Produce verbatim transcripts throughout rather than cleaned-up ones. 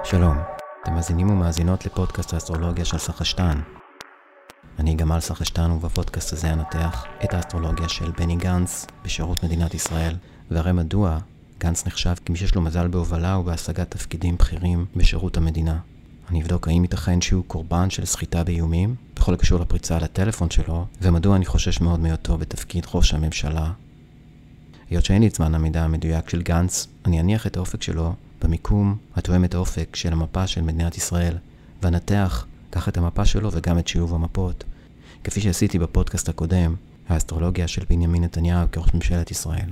שלום, אתם מאזינים ומאזינות לפודקאסט האסטרולוגיה של סחשטן. אני גמל סחשטן, ובפודקאסט הזה אנתח את האסטרולוגיה של בני גנץ בשירות מדינת ישראל, והרי מדוע גנץ נחשב כמי שיש לו מזל בהובלה ובהשגת תפקידים בכירים בשירות המדינה. אני אבדוק האם ייתכן שהוא קורבן של סחיטה באיומים בכל הקשור לפריצה לטלפון שלו, ומדוע אני חושש מאוד מהיותו בתפקיד ראש הממשלה. היות שאין לי את זמן המידע המדויק של גנץ, אני אניח את האופק שלו במיקום התואם את האופק של המפה של מדינת ישראל, ואנתח כך את המפה שלו וגם את שילוב המפות, כפי שעשיתי בפודקאסט הקודם, האסטרולוגיה של בנימין נתניהו כראש ממשלת ישראל.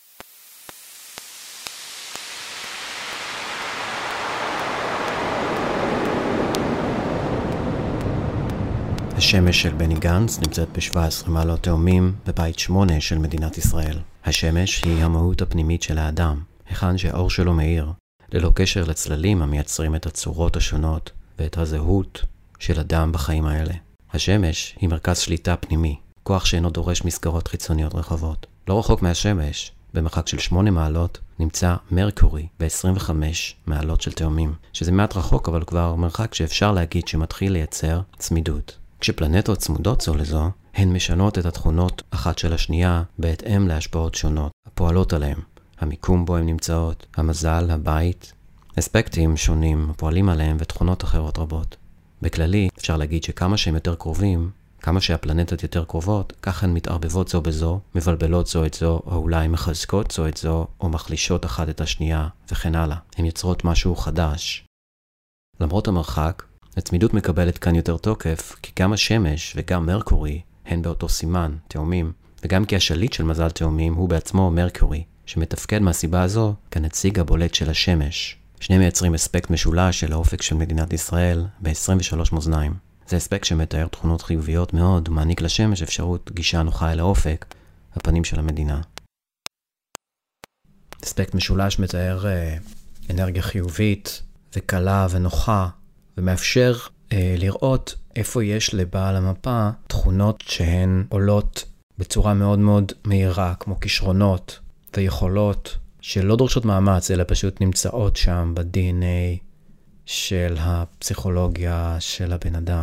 השמש של בני גנץ נמצאת ב-שבע עשרה מעלות תאומים בבית שמונה של מדינת ישראל. השמש היא המהות הפנימית של האדם, היכן שהאור שלו מאיר, ללא קשר לצללים המייצרים את הצורות השונות ואת הזהות של אדם בחיים האלה. השמש היא מרכז שליטה פנימי, כוח שאינו דורש מסגרות חיצוניות רחבות. לא רחוק מהשמש, במרחק של שמונה מעלות, נמצא מרקורי ב-עשרים וחמש מעלות של תאומים, שזה מעט רחוק אבל כבר מרחק שאפשר להגיד שמתחיל לייצר צמידות. כשפלנטות צמודות זו לזו, הן משנות את התכונות אחת של השנייה בהתאם להשפעות שונות, הפועלות עליהם, המיקום בו הן נמצאות, המזל, הבית, אספקטים שונים הפועלים עליהם ותכונות אחרות רבות. בכללי, אפשר להגיד שכמה שהם יותר קרובים, כמה שהפלנטות יותר קרובות, כך הן מתערבבות זו בזו, מבלבלות זו את זו, או אולי מחזקות זו את זו, או מחלישות אחת את השנייה, וכן הלאה. הן יוצרות משהו חדש. למרות המרחק, הצמידות מקבלת כאן יותר תוקף, כי גם השמש וגם מרקורי הן באותו סימן, תאומים, וגם כי השליט של מזל תאומים הוא בעצמו מרקורי, שמתפקד מהסיבה הזו כנציג הבולט של השמש. שני מייצרים אספקט משולש של האופק של מדינת ישראל ב-עשרים ושלוש מאזניים. זה אספקט שמתאר תכונות חיוביות מאוד ומעניק לשמש אפשרות גישה נוחה אל האופק, הפנים של המדינה. אספקט משולש מתאר אה, אנרגיה חיובית וקלה ונוחה, ומאפשר אה, לראות איפה יש לבעל המפה תכונות שהן עולות בצורה מאוד מאוד מהירה, כמו כישרונות ויכולות שלא דורשות מאמץ, אלא פשוט נמצאות שם ב-די אן איי של הפסיכולוגיה של הבן אדם.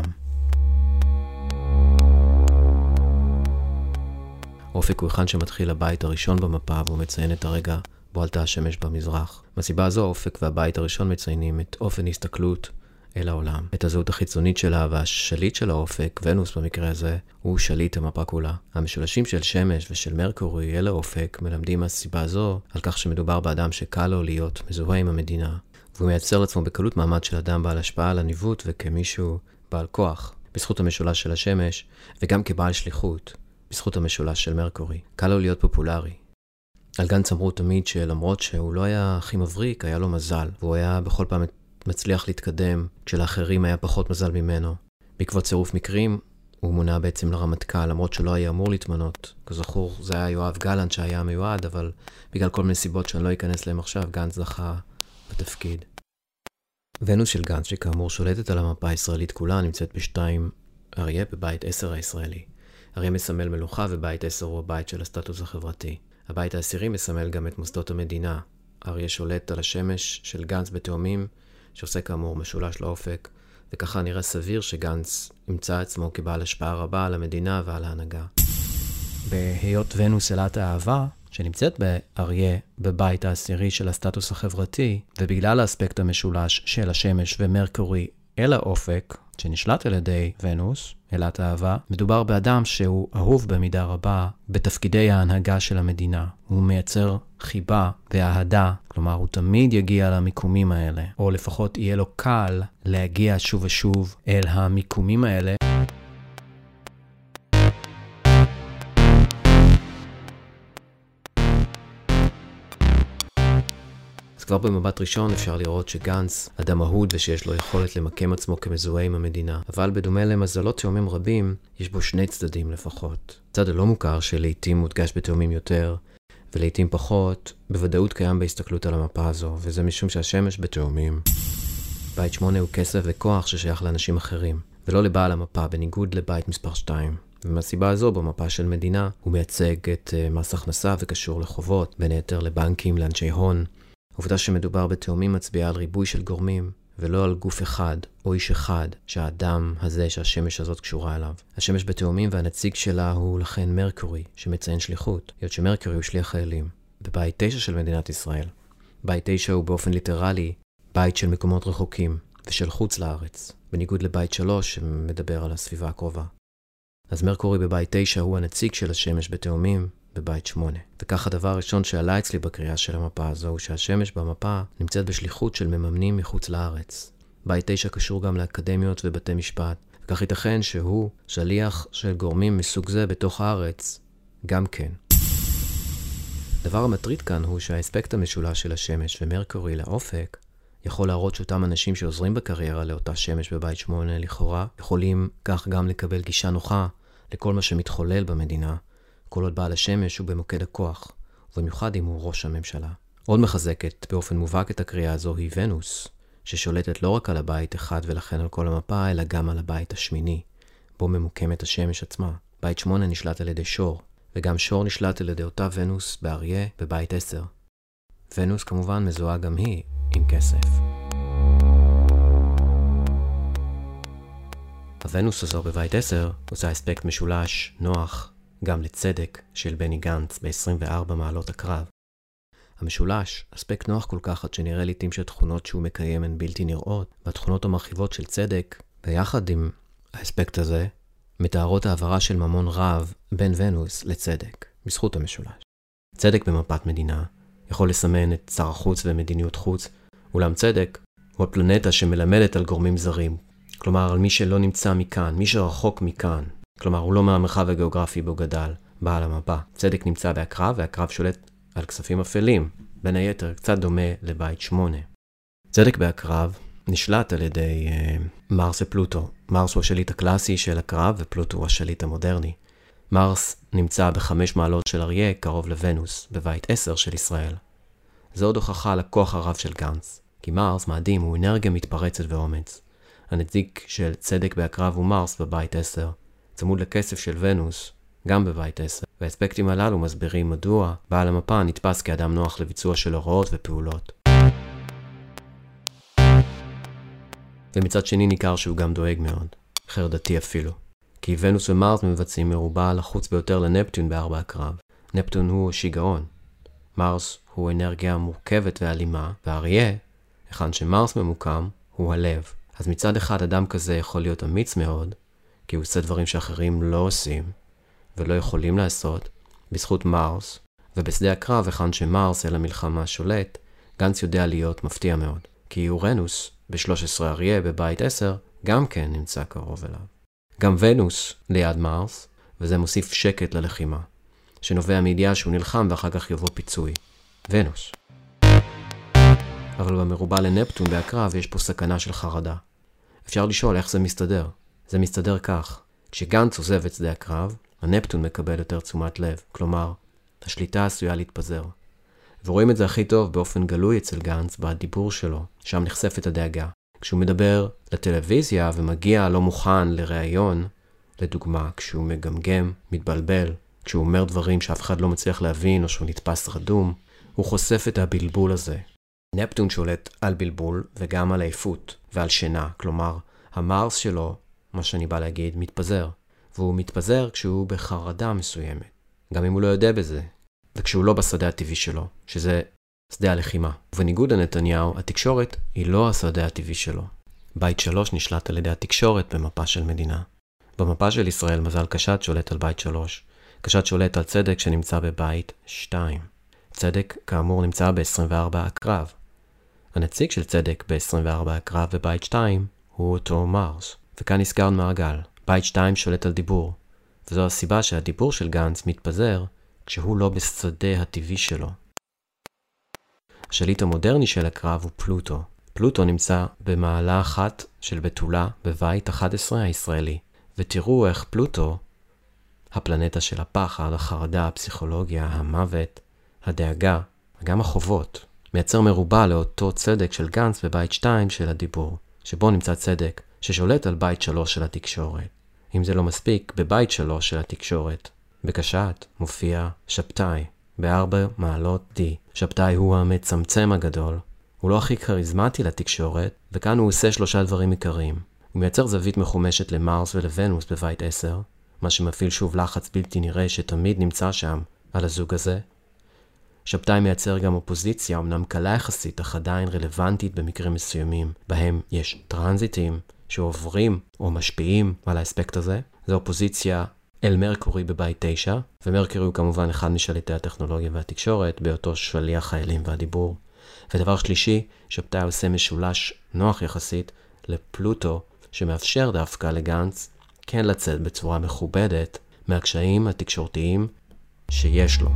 האופק הוא היכן שמתחיל הבית הראשון במפה, והוא מציין את הרגע בו עלתה השמש במזרח. מהסיבה הזו, האופק והבית הראשון מציינים את אופן הסתכלות אל העולם, את הזהות החיצונית שלה, והשליט של האופק, ונוס במקרה הזה, הוא שליט המפה כולה. המשולשים של שמש ושל מרקורי אל האופק מלמדים מהסיבה זו על כך שמדובר באדם שקל לו להיות מזוהה עם המדינה, והוא מייצר לעצמו בקלות מעמד של אדם בעל השפעה על הניווט וכמישהו בעל כוח, בזכות המשולש של השמש, וגם כבעל שליחות, בזכות המשולש של מרקורי. קל לו להיות פופולרי. על גנץ אמרו תמיד שלמרות שהוא לא היה הכי מבריק, היה לו מזל, והוא היה בכל פעם מצליח להתקדם כשלאחרים היה פחות מזל ממנו. בעקבות צירוף מקרים, הוא מונה בעצם לרמטכ"ל, למרות שלא היה אמור להתמנות. כזכור, זה היה יואב גלנט שהיה מיועד, אבל בגלל כל מיני סיבות שאני לא אכנס להם עכשיו, גנץ זכה בתפקיד. ונוס של גנץ, שכאמור שולטת על המפה הישראלית כולה, נמצאת בשתיים אריה בבית עשר הישראלי. אריה מסמל מלוכה, ובית עשר הוא הבית של הסטטוס החברתי. הבית העשירי מסמל גם את מוסדות המדינה. אריה שולט על השמש של גנץ בתאומים, שעושה כאמור משולש לאופק, וככה נראה סביר שגנץ ימצא עצמו כבעל השפעה רבה על המדינה ועל ההנהגה. בהיות ונוס אלת האהבה, שנמצאת באריה בבית העשירי של הסטטוס החברתי, ובגלל האספקט המשולש של השמש ומרקורי אל האופק, שנשלט על ידי ונוס, אלת האהבה, מדובר באדם שהוא אהוב במידה רבה בתפקידי ההנהגה של המדינה. הוא מייצר חיבה ואהדה, כלומר הוא תמיד יגיע למיקומים האלה, או לפחות יהיה לו קל להגיע שוב ושוב אל המיקומים האלה. אז כבר במבט ראשון אפשר לראות שגנץ אדם אהוד ושיש לו יכולת למקם עצמו כמזוהה עם המדינה. אבל בדומה למזלות תאומים רבים, יש בו שני צדדים לפחות. צד הלא מוכר שלעיתים מודגש בתאומים יותר, ולעיתים פחות, בוודאות קיים בהסתכלות על המפה הזו, וזה משום שהשמש בתאומים. בית שמונה הוא כסף וכוח ששייך לאנשים אחרים, ולא לבעל המפה, בניגוד לבית מספר שתיים. ומהסיבה הזו, במפה של מדינה, הוא מייצג את uh, מס הכנסה וקשור לחובות, בין היתר לבנקים, לאנשי הון. העובדה שמדובר בתאומים מצביעה על ריבוי של גורמים ולא על גוף אחד או איש אחד שהאדם הזה שהשמש הזאת קשורה אליו. השמש בתאומים והנציג שלה הוא לכן מרקורי, שמציין שליחות, היות שמרקורי הוא שליח חיילים. בבית תשע של מדינת ישראל. בית תשע הוא באופן ליטרלי בית של מקומות רחוקים ושל חוץ לארץ, בניגוד לבית שלוש שמדבר על הסביבה הקרובה. אז מרקורי בבית תשע הוא הנציג של השמש בתאומים בבית שמונה. וכך הדבר הראשון שעלה אצלי בקריאה של המפה הזו הוא שהשמש במפה נמצאת בשליחות של מממנים מחוץ לארץ. בית תשע קשור גם לאקדמיות ובתי משפט, וכך ייתכן שהוא שליח של גורמים מסוג זה בתוך הארץ גם כן. דבר המטריד כאן הוא שהאספקט המשולש של השמש ומרקורי לאופק יכול להראות שאותם אנשים שעוזרים בקריירה לאותה שמש בבית שמונה לכאורה יכולים כך גם לקבל גישה נוחה לכל מה שמתחולל במדינה, כל עוד בעל השמש הוא במוקד הכוח, ובמיוחד אם הוא ראש הממשלה. עוד מחזקת באופן מובהק את הקריאה הזו היא ונוס, ששולטת לא רק על הבית אחד ולכן על כל המפה, אלא גם על הבית השמיני, בו ממוקמת השמש עצמה. בית שמונה נשלט על ידי שור, וגם שור נשלט על ידי אותה ונוס באריה בבית עשר. ונוס כמובן מזוהה גם היא עם כסף. הוונוס הזו בבית עשר עושה אספקט משולש נוח גם לצדק של בני גנץ ב-עשרים וארבע מעלות הקרב. המשולש, אספקט נוח כל כך עד שנראה לעתים שהתכונות שהוא מקיים הן בלתי נראות, והתכונות המרחיבות של צדק, ביחד עם האספקט הזה, מתארות העברה של ממון רב בין ונוס לצדק, בזכות המשולש. צדק במפת מדינה יכול לסמן את שר החוץ ומדיניות חוץ, אולם צדק הוא הפלנטה שמלמדת על גורמים זרים, כלומר על מי שלא נמצא מכאן, מי שרחוק מכאן, כלומר הוא לא מהמרחב הגיאוגרפי בו גדל, בעל המפה. צדק נמצא בהקרב, והקרב שולט על כספים אפלים, בין היתר קצת דומה לבית שמונה. צדק בהקרב נשלט על ידי אה, מרס ופלוטו. מרס הוא השליט הקלאסי של הקרב, ופלוטו הוא השליט המודרני. מרס נמצא בחמש מעלות של אריה, קרוב לוונוס, בבית עשר של ישראל. זו עוד הוכחה לכוח הרב של גנץ, כי מרס, מאדים, הוא אנרגיה מתפרצת ואומץ. הנציג של צדק בהקרב הוא מרס בבית עשר, צמוד לכסף של ונוס, גם בבית עשר. והאספקטים הללו מסבירים מדוע בעל המפה נתפס כאדם נוח לביצוע של הוראות ופעולות. ומצד שני ניכר שהוא גם דואג מאוד, חרדתי אפילו. כי ונוס ומרס מבצעים מרובה לחוץ ביותר לנפטון בארבע הקרב. נפטון הוא שיגעון. מרס הוא אנרגיה מורכבת ואלימה, והאריה, היכן שמרס ממוקם, הוא הלב. אז מצד אחד אדם כזה יכול להיות אמיץ מאוד, כי הוא עושה דברים שאחרים לא עושים, ולא יכולים לעשות, בזכות מרס, ובשדה הקרב, היכן שמרס אל המלחמה שולט, גנץ יודע להיות מפתיע מאוד. כי אורנוס, ב-שלוש עשרה אריה בבית עשר, גם כן נמצא קרוב אליו. גם ונוס ליד מרס, וזה מוסיף שקט ללחימה, שנובע מידיעה שהוא נלחם ואחר כך יבוא פיצוי. ונוס. אבל במרובה לנפטון בהקרב יש פה סכנה של חרדה. אפשר לשאול איך זה מסתדר. זה מסתדר כך, כשגנץ עוזב את שדה הקרב, הנפטון מקבל יותר תשומת לב, כלומר, השליטה עשויה להתפזר. ורואים את זה הכי טוב באופן גלוי אצל גנץ בדיבור שלו, שם נחשפת הדאגה. כשהוא מדבר לטלוויזיה ומגיע לא מוכן לראיון, לדוגמה, כשהוא מגמגם, מתבלבל, כשהוא אומר דברים שאף אחד לא מצליח להבין או שהוא נתפס רדום, הוא חושף את הבלבול הזה. נפטון שולט על בלבול וגם על עייפות ועל שינה, כלומר, המרס שלו, מה שאני בא להגיד, מתפזר. והוא מתפזר כשהוא בחרדה מסוימת, גם אם הוא לא יודע בזה, וכשהוא לא בשדה הטבעי שלו, שזה שדה הלחימה. ובניגוד לנתניהו, התקשורת היא לא השדה הטבעי שלו. בית שלוש נשלט על ידי התקשורת במפה של מדינה. במפה של ישראל מזל קשת שולט על בית שלוש. קשת שולט על צדק שנמצא בבית שתיים. צדק כאמור נמצא ב-עשרים וארבע הקרב. הנציג של צדק ב-עשרים וארבע הקרב בבית שתיים הוא אותו מרס. וכאן נסגר מעגל. בית שתיים שולט על דיבור. וזו הסיבה שהדיבור של גנץ מתפזר כשהוא לא בשדה הטבעי שלו. השליט המודרני של הקרב הוא פלוטו. פלוטו נמצא במעלה אחת של בתולה בבית אחת עשרה הישראלי. ותראו איך פלוטו, הפלנטה של הפחד, החרדה, הפסיכולוגיה, המוות, הדאגה, וגם החובות, מייצר מרובה לאותו צדק של גנץ בבית שתיים של הדיבור, שבו נמצא צדק ששולט על בית שלוש של התקשורת. אם זה לא מספיק, בבית שלוש של התקשורת, בקשת, מופיע שבתאי, בארבע מעלות D. שבתאי הוא המצמצם הגדול, הוא לא הכי כריזמטי לתקשורת, וכאן הוא עושה שלושה דברים עיקריים. הוא מייצר זווית מחומשת למארס ולוונוס בבית עשר, מה שמפעיל שוב לחץ בלתי נראה שתמיד נמצא שם על הזוג הזה. שבתאי מייצר גם אופוזיציה, אמנם קלה יחסית, אך עדיין רלוונטית במקרים מסוימים, בהם יש טרנזיטים שעוברים או משפיעים על האספקט הזה. זו אופוזיציה אל מרקורי בבית תשע, ומרקורי הוא כמובן אחד משליטי הטכנולוגיה והתקשורת, בהיותו שליח האלים והדיבור. ודבר שלישי, שבתאי עושה משולש נוח יחסית לפלוטו, שמאפשר דווקא לגנץ כן לצאת בצורה מכובדת מהקשיים התקשורתיים שיש לו.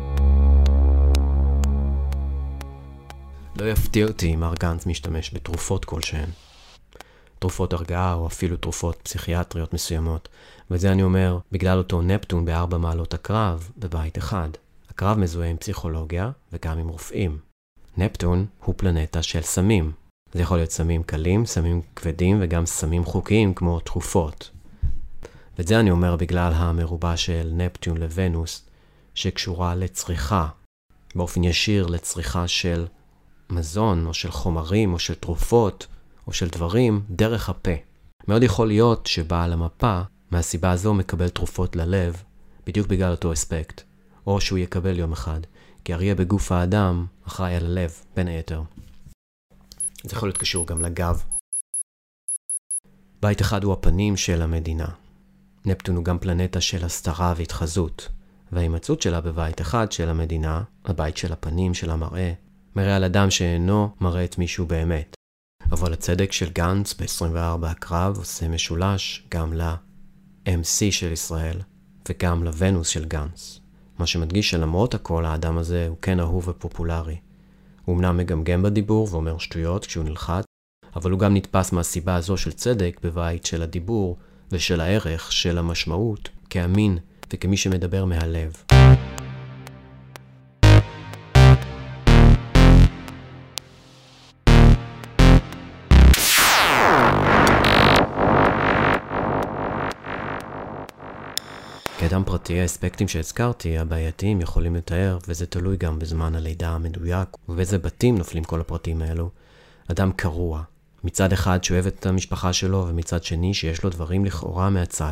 לא יפתיע אותי אם מר גנץ משתמש בתרופות כלשהן. תרופות הרגעה או אפילו תרופות פסיכיאטריות מסוימות. וזה אני אומר בגלל אותו נפטון בארבע מעלות הקרב בבית אחד. הקרב מזוהה עם פסיכולוגיה וגם עם רופאים. נפטון הוא פלנטה של סמים. זה יכול להיות סמים קלים, סמים כבדים וגם סמים חוקיים כמו תרופות. ואת זה אני אומר בגלל המרובה של נפטון לוונוס שקשורה לצריכה, באופן ישיר לצריכה של מזון או של חומרים או של תרופות או של דברים דרך הפה. מאוד יכול להיות שבעל המפה מהסיבה הזו מקבל תרופות ללב בדיוק בגלל אותו אספקט, או שהוא יקבל יום אחד, כי אריה בגוף האדם אחראי על הלב בין היתר. זה יכול להיות קשור גם לגב. בית אחד הוא הפנים של המדינה. נפטון הוא גם פלנטה של הסתרה והתחזות, וההימצאות שלה בבית אחד של המדינה, הבית של הפנים של המראה, מראה על אדם שאינו מראה את מישהו באמת. אבל הצדק של גנץ ב-עשרים וארבע הקרב עושה משולש גם ל-אם סי של ישראל וגם לוונוס של גנץ. מה שמדגיש שלמרות הכל האדם הזה הוא כן אהוב ופופולרי. הוא אמנם מגמגם בדיבור ואומר שטויות כשהוא נלחץ, אבל הוא גם נתפס מהסיבה הזו של צדק בבית של הדיבור ושל הערך של המשמעות כאמין וכמי שמדבר מהלב. כאדם פרטי, האספקטים שהזכרתי, הבעייתיים יכולים לתאר, וזה תלוי גם בזמן הלידה המדויק, ובאיזה בתים נופלים כל הפרטים האלו. אדם קרוע, מצד אחד שאוהב את המשפחה שלו, ומצד שני שיש לו דברים לכאורה מהצד.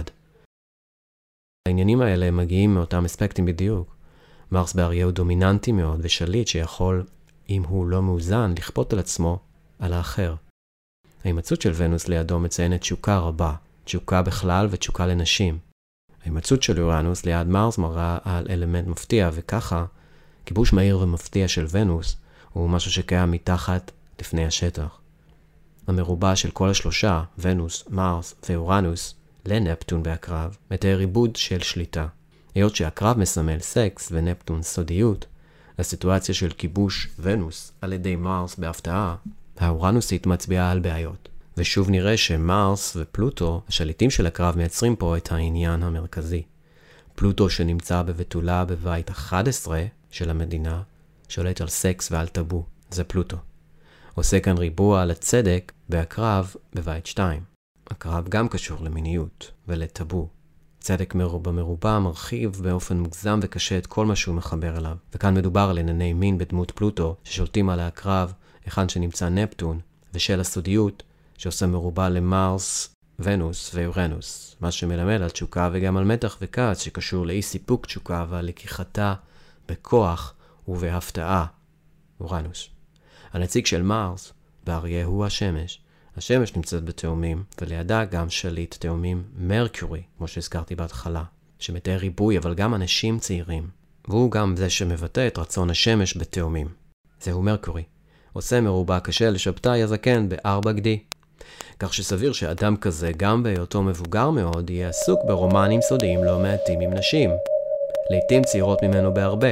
העניינים האלה מגיעים מאותם אספקטים בדיוק. מרס באריה הוא דומיננטי מאוד ושליט שיכול, אם הוא לא מאוזן, לכפות על עצמו על האחר. ההימצאות של ונוס לידו מציינת תשוקה רבה, תשוקה בכלל ותשוקה לנשים. ההימצאות של אורנוס ליד מרס מראה על אלמנט מפתיע, וככה כיבוש מהיר ומפתיע של ונוס הוא משהו שקיים מתחת לפני השטח. המרובע של כל השלושה, ונוס, מרס ואורנוס, לנפטון בהקרב, מתאר עיבוד של שליטה. היות שהקרב מסמל סקס ונפטון סודיות, הסיטואציה של כיבוש ונוס על ידי מרס בהפתעה, האורנוסית מצביעה על בעיות. ושוב נראה שמרס ופלוטו, השליטים של הקרב, מייצרים פה את העניין המרכזי. פלוטו שנמצא בבתולה בבית אחד עשרה של המדינה, שולט על סקס ועל טאבו. זה פלוטו. עושה כאן ריבוע על הצדק בהקרב בבית שתיים. הקרב גם קשור למיניות ולטאבו. צדק במרובע מרחיב באופן מוגזם וקשה את כל מה שהוא מחבר אליו. וכאן מדובר על ענייני מין בדמות פלוטו, ששולטים על הקרב, היכן שנמצא נפטון, ושל הסודיות, שעושה מרובע למרס, ונוס ואורנוס, מה שמלמד על תשוקה וגם על מתח וכעס שקשור לאי סיפוק תשוקה ועל לקיחתה בכוח ובהפתעה, אורנוס. הנציג של מרס באריה הוא השמש. השמש נמצאת בתאומים, ולידה גם שליט תאומים מרקורי, כמו שהזכרתי בהתחלה, שמתאר ריבוי אבל גם אנשים צעירים. והוא גם זה שמבטא את רצון השמש בתאומים. זהו מרקורי. עושה מרובע קשה לשבתאי הזקן בארבע גדי. כך שסביר שאדם כזה, גם בהיותו מבוגר מאוד, יהיה עסוק ברומנים סודיים לא מעטים עם נשים. לעתים צעירות ממנו בהרבה.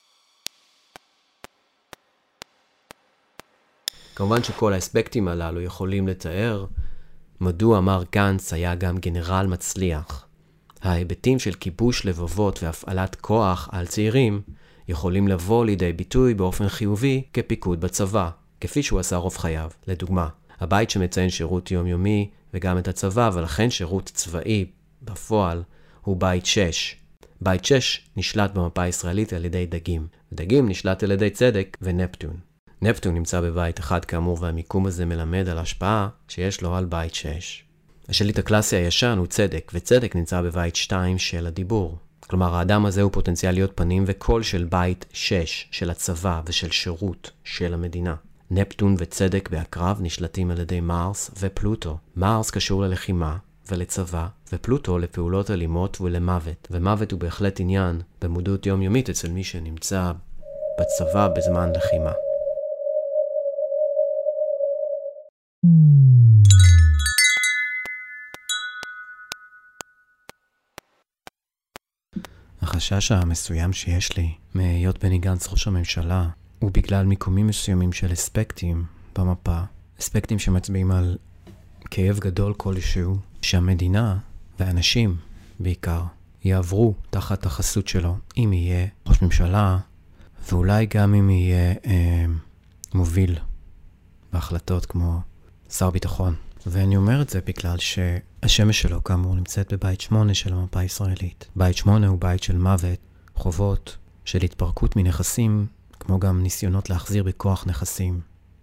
כמובן שכל האספקטים הללו יכולים לתאר מדוע מר גנץ היה גם גנרל מצליח. ההיבטים של כיבוש לבבות והפעלת כוח על צעירים יכולים לבוא לידי ביטוי באופן חיובי כפיקוד בצבא, כפי שהוא עשה רוב חייו. לדוגמה, הבית שמציין שירות יומיומי וגם את הצבא, ולכן שירות צבאי בפועל הוא בית שש. בית שש נשלט במפה הישראלית על ידי דגים. דגים נשלט על ידי צדק ונפטון. נפטון נמצא בבית אחד כאמור, והמיקום הזה מלמד על השפעה שיש לו על בית שש. השליט הקלאסי הישן הוא צדק, וצדק נמצא בבית שתיים של הדיבור. כלומר, האדם הזה הוא פוטנציאל להיות פנים וקול של בית שש, של הצבא ושל שירות של המדינה. נפטון וצדק בהקרב נשלטים על ידי מרס ופלוטו. מרס קשור ללחימה ולצבא, ופלוטו לפעולות אלימות ולמוות. ומוות הוא בהחלט עניין במודעות יומיומית אצל מי שנמצא בצבא בזמן לחימה. החשש המסוים שיש לי מהיות בני גנץ ראש הממשלה הוא בגלל מיקומים מסוימים של אספקטים במפה. אספקטים שמצביעים על כאב גדול כלשהו שהמדינה והאנשים בעיקר יעברו תחת החסות שלו, אם יהיה ראש ממשלה ואולי גם אם יהיה אה, מוביל בהחלטות כמו שר ביטחון. ואני אומר את זה בגלל שהשמש שלו כאמור נמצאת בבית שמונה של המפה הישראלית. בית שמונה הוא בית של מוות, חובות, של התפרקות מנכסים, כמו גם ניסיונות להחזיר בכוח נכסים.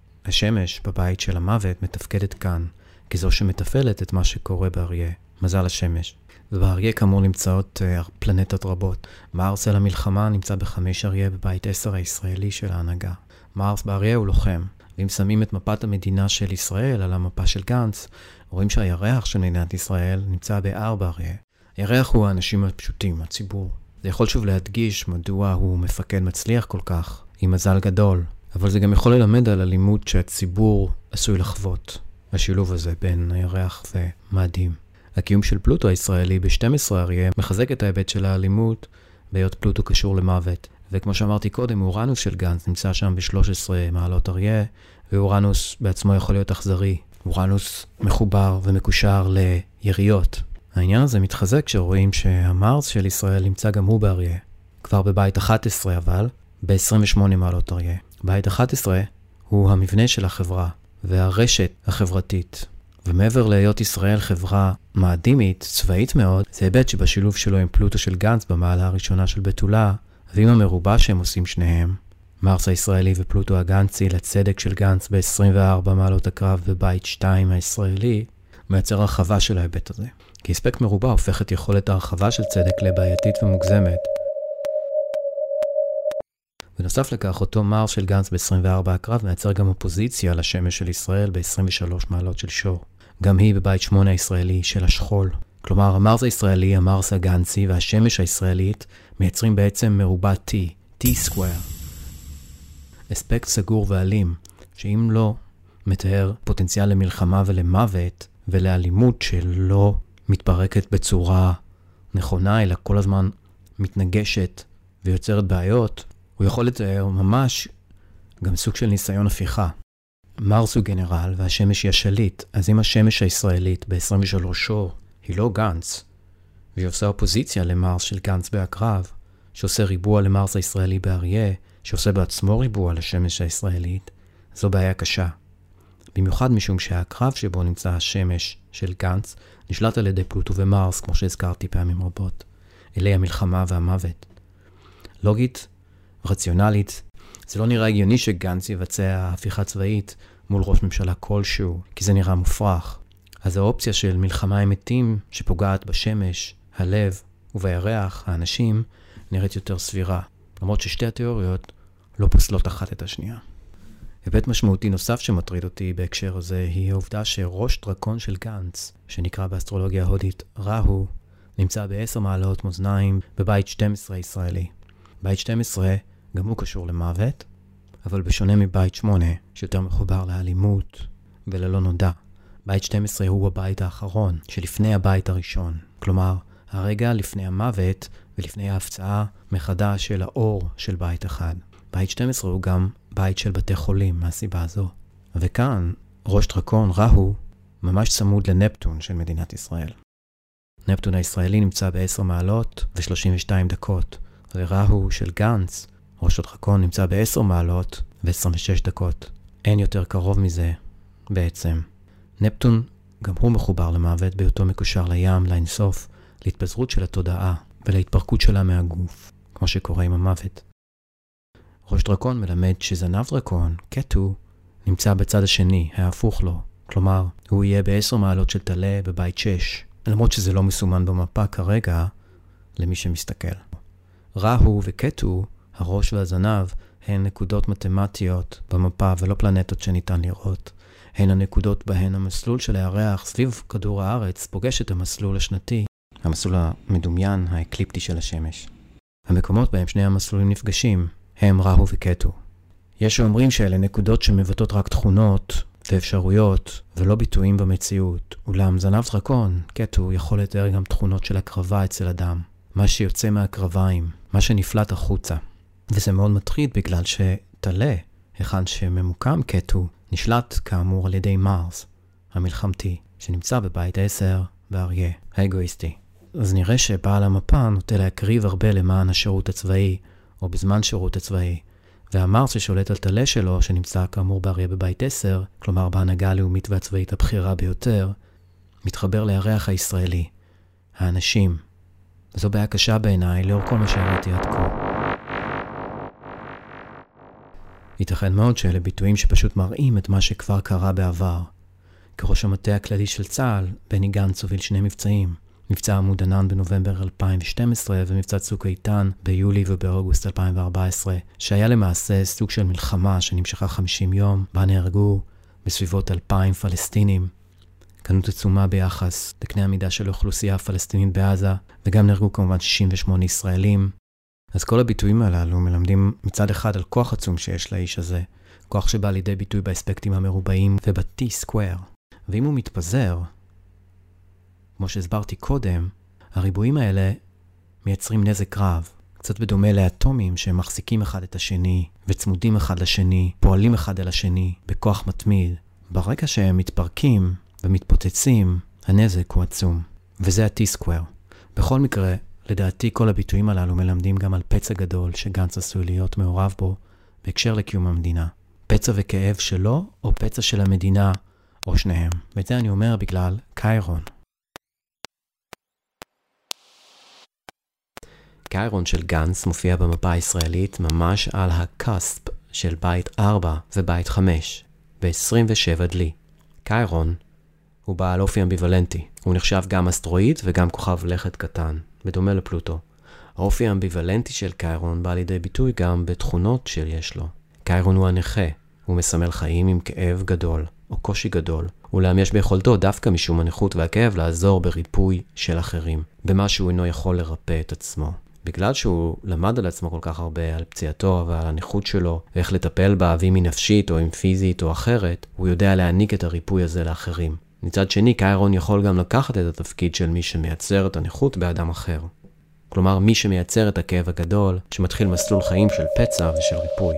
השמש בבית של המוות מתפקדת כאן, כזו שמתפעלת את מה שקורה באריה. מזל השמש. ובאריה כאמור נמצאות uh, פלנטות רבות. מרס אל המלחמה נמצא בחמש אריה בבית עשר הישראלי של ההנהגה. מרס באריה הוא לוחם. ואם שמים את מפת המדינה של ישראל על המפה של גנץ, רואים שהירח של מדינת ישראל נמצא בארבע אריה. הירח הוא האנשים הפשוטים, הציבור. זה יכול שוב להדגיש מדוע הוא מפקד מצליח כל כך, עם מזל גדול. אבל זה גם יכול ללמד על אלימות שהציבור עשוי לחוות. השילוב הזה בין הירח ומאדים. הקיום של פלוטו הישראלי ב-שתים עשרה אריה מחזק את ההיבט של האלימות, בהיות פלוטו קשור למוות. וכמו שאמרתי קודם, אורנוס של גנץ נמצא שם ב-שלוש עשרה מעלות אריה, ואורנוס בעצמו יכול להיות אכזרי. אורנוס מחובר ומקושר ליריות. העניין הזה מתחזק כשרואים שהמרס של ישראל נמצא גם הוא באריה. כבר בבית אחת עשרה אבל, ב-עשרים ושמונה מעלות אריה. בית אחת עשרה הוא המבנה של החברה והרשת החברתית. ומעבר להיות ישראל חברה מאדימית, צבאית מאוד, זה היבט שבשילוב שלו עם פלוטו של גנץ במעלה הראשונה של בתולה, ועם המרובה שהם עושים שניהם, מרס הישראלי ופלוטו הגנצי לצדק של גנץ ב-עשרים וארבע מעלות הקרב בבית שתיים הישראלי, מייצר הרחבה של ההיבט הזה. כי אספקט מרובה הופך את יכולת ההרחבה של צדק לבעייתית ומוגזמת. בנוסף לכך, אותו מרס של גנץ ב-עשרים וארבע הקרב מייצר גם אופוזיציה לשמש של ישראל ב-עשרים ושלוש מעלות של שור. גם היא בבית שמונה הישראלי של השכול. כלומר, המרס הישראלי, המרס הגנצי והשמש הישראלית מייצרים בעצם מרובע T, T square. אספקט סגור ואלים, שאם לא מתאר פוטנציאל למלחמה ולמוות ולאלימות שלא מתפרקת בצורה נכונה, אלא כל הזמן מתנגשת ויוצרת בעיות, הוא יכול לתאר ממש גם סוג של ניסיון הפיכה. מרס הוא גנרל והשמש היא השליט, אז אם השמש הישראלית ב-עשרים ושלוש שור היא לא גנץ, והיא עושה אופוזיציה למרס של גנץ בהקרב, שעושה ריבוע למרס הישראלי באריה, שעושה בעצמו ריבוע לשמש הישראלית, זו בעיה קשה. במיוחד משום שהקרב שבו נמצא השמש של גנץ נשלט על ידי פלוטו ומרס, כמו שהזכרתי פעמים רבות, אלי המלחמה והמוות. לוגית, רציונלית, זה לא נראה הגיוני שגנץ יבצע הפיכה צבאית מול ראש ממשלה כלשהו, כי זה נראה מופרך. אז האופציה של מלחמה עם מתים שפוגעת בשמש, הלב ובירח, האנשים, נראית יותר סבירה. למרות ששתי התיאוריות לא פוסלות אחת את השנייה. היבט משמעותי נוסף שמטריד אותי בהקשר הזה היא העובדה שראש דרקון של גנץ, שנקרא באסטרולוגיה ההודית ראהו, נמצא בעשר מעלות מאזניים בבית שתים עשרה ישראלי. בית שתים עשרה גם הוא קשור למוות, אבל בשונה מבית שמונה, שיותר מחובר לאלימות וללא נודע. בית שתים עשרה הוא הבית האחרון, שלפני הבית הראשון. כלומר, הרגע לפני המוות ולפני ההפצעה מחדש של האור של בית אחד. בית שתים עשרה הוא גם בית של בתי חולים מהסיבה הזו. וכאן, ראש דרקון ראהו ממש צמוד לנפטון של מדינת ישראל. נפטון הישראלי נמצא ב-עשר מעלות ו-שלושים ושתיים דקות, וראהו של גנץ, ראש הדרקון, נמצא ב-עשר מעלות ו-עשרים ושש דקות. אין יותר קרוב מזה בעצם. נפטון גם הוא מחובר למוות בהיותו מקושר לים, לאינסוף, להתפזרות של התודעה ולהתפרקות שלה מהגוף, כמו שקורה עם המוות. ראש דרקון מלמד שזנב דרקון, קטו, נמצא בצד השני, ההפוך לו. כלומר, הוא יהיה בעשר מעלות של תלה בבית שש, למרות שזה לא מסומן במפה כרגע למי שמסתכל. ראהו וקטו, הראש והזנב, הן נקודות מתמטיות במפה ולא פלנטות שניתן לראות. הן הנקודות בהן המסלול של הירח סביב כדור הארץ פוגש את המסלול השנתי, המסלול המדומיין, האקליפטי של השמש. המקומות בהם שני המסלולים נפגשים הם ראהו וקטו. יש שאומרים שאלה נקודות שמבטאות רק תכונות ואפשרויות ולא ביטויים במציאות. אולם זנב דרקון, קטו, יכול לתאר גם תכונות של הקרבה אצל אדם. מה שיוצא מהקרביים, מה שנפלט החוצה. וזה מאוד מטריד בגלל שתלה, היכן שממוקם קטו, נשלט כאמור על ידי מרס, המלחמתי, שנמצא בבית עשר באריה, האגואיסטי. אז נראה שבעל המפה נוטה להקריב הרבה למען השירות הצבאי, או בזמן שירות הצבאי, והמרס ששולט על תלה שלו, שנמצא כאמור באריה בבית עשר, כלומר בהנהגה הלאומית והצבאית הבכירה ביותר, מתחבר לירח הישראלי, האנשים. וזו בעיה קשה בעיניי לאור כל מה שהראיתי עד כה. ייתכן מאוד שאלה ביטויים שפשוט מראים את מה שכבר קרה בעבר. כראש המטה הכללי של צה"ל, בני גנץ הוביל שני מבצעים, מבצע עמוד ענן בנובמבר אלפיים ושתים עשרה ומבצע צוק איתן ביולי ובאוגוסט אלפיים וארבע עשרה, שהיה למעשה סוג של מלחמה שנמשכה חמישים יום, בה נהרגו בסביבות אלפיים פלסטינים. כנות עצומה ביחס לקנה המידה של האוכלוסייה הפלסטינית בעזה, וגם נהרגו כמובן שישים ושמונה ישראלים. אז כל הביטויים הללו מלמדים מצד אחד על כוח עצום שיש לאיש הזה, כוח שבא לידי ביטוי באספקטים המרובעים וב-T סקוואר. ואם הוא מתפזר, כמו שהסברתי קודם, הריבועים האלה מייצרים נזק רב, קצת בדומה לאטומים שהם מחזיקים אחד את השני, וצמודים אחד לשני, פועלים אחד אל השני, בכוח מתמיד. ברגע שהם מתפרקים ומתפוצצים, הנזק הוא עצום. וזה ה-T סקוואר. בכל מקרה, לדעתי כל הביטויים הללו מלמדים גם על פצע גדול שגנץ עשוי להיות מעורב בו בהקשר לקיום המדינה. פצע וכאב שלו או פצע של המדינה או שניהם. ואת זה אני אומר בגלל קיירון. קיירון של גנץ מופיע במפה הישראלית ממש על הקספ של בית ארבע ובית חמש, ב-עשרים ושבע דלי. קיירון הוא בעל אופי אמביוולנטי. הוא נחשב גם אסטרואיד וגם כוכב לכת קטן, בדומה לפלוטו. האופי האמביוולנטי של קיירון בא לידי ביטוי גם בתכונות שיש לו. קיירון הוא הנכה, הוא מסמל חיים עם כאב גדול או קושי גדול, אולם יש ביכולתו דווקא משום הנכות והכאב לעזור בריפוי של אחרים, במה שהוא אינו יכול לרפא את עצמו. בגלל שהוא למד על עצמו כל כך הרבה על פציעתו ועל הנכות שלו, ואיך לטפל בה, ואם היא נפשית או אם פיזית או אחרת, הוא יודע להעניק את הריפוי הזה לאחרים. מצד שני, קיירון יכול גם לקחת את התפקיד של מי שמייצר את הנכות באדם אחר. כלומר, מי שמייצר את הכאב הגדול, שמתחיל מסלול חיים של פצע ושל ריפוי.